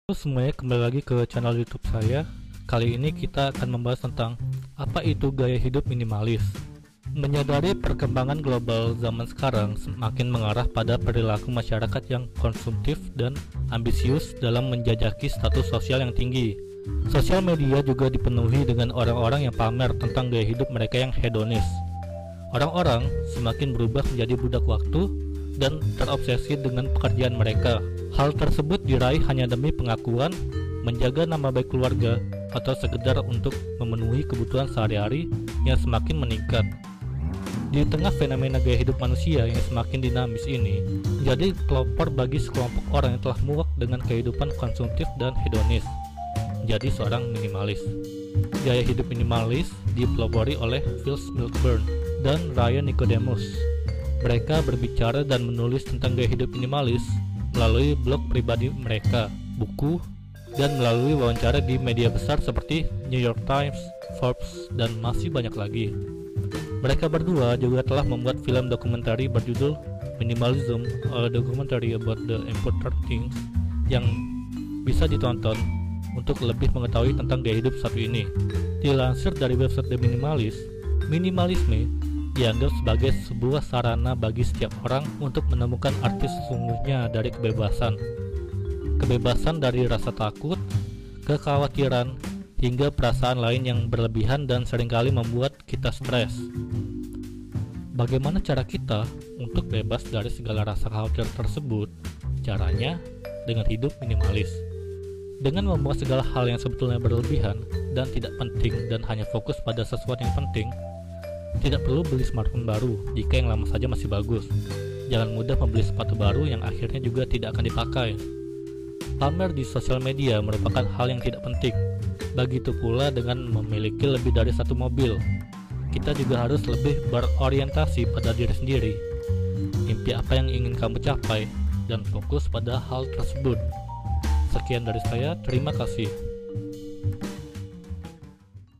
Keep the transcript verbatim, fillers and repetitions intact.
Halo semuanya, kembali lagi ke channel YouTube saya. Kali ini kita akan membahas tentang apa itu gaya hidup minimalis. Menyadari perkembangan global zaman sekarang semakin mengarah pada perilaku masyarakat yang konsumtif dan ambisius dalam menjajaki status sosial yang tinggi. Sosial media juga dipenuhi dengan orang-orang yang pamer tentang gaya hidup mereka yang hedonis. Orang-orang semakin berubah menjadi budak waktu dan terobsesi dengan pekerjaan mereka. Hal tersebut diraih hanya demi pengakuan, menjaga nama baik keluarga, atau sekedar untuk memenuhi kebutuhan sehari-hari yang semakin meningkat. Di tengah fenomena gaya hidup manusia yang semakin dinamis ini, menjadi pelopor bagi sekelompok orang yang telah muak dengan kehidupan konsumtif dan hedonis, menjadi seorang minimalis. Gaya hidup minimalis dipelopori oleh Phil Milburn dan Ryan Nicodemus. Mereka berbicara dan menulis tentang gaya hidup minimalis melalui blog pribadi mereka, buku, dan melalui wawancara di media besar seperti New York Times, Forbes, dan masih banyak lagi. Mereka berdua juga telah membuat film dokumenter berjudul Minimalism, a documentary about the important things, yang bisa ditonton untuk lebih mengetahui tentang gaya hidup satu ini. Dilansir dari website The Minimalist, minimalisme dianggap sebagai sebuah sarana bagi setiap orang untuk menemukan arti sesungguhnya dari kebebasan. Kebebasan dari rasa takut, kekhawatiran, hingga perasaan lain yang berlebihan dan seringkali membuat kita stres. Bagaimana cara kita untuk bebas dari segala rasa khawatir tersebut? Caranya dengan hidup minimalis. Dengan membuat segala hal yang sebetulnya berlebihan dan tidak penting dan hanya fokus pada sesuatu yang penting. Tidak perlu beli smartphone baru jika yang lama saja masih bagus. Jangan mudah membeli sepatu baru yang akhirnya juga tidak akan dipakai. Pamer di sosial media merupakan hal yang tidak penting. Begitu pula dengan memiliki lebih dari satu mobil. Kita juga harus lebih berorientasi pada diri sendiri. Mimpi apa yang ingin kamu capai dan fokus pada hal tersebut. Sekian dari saya, terima kasih.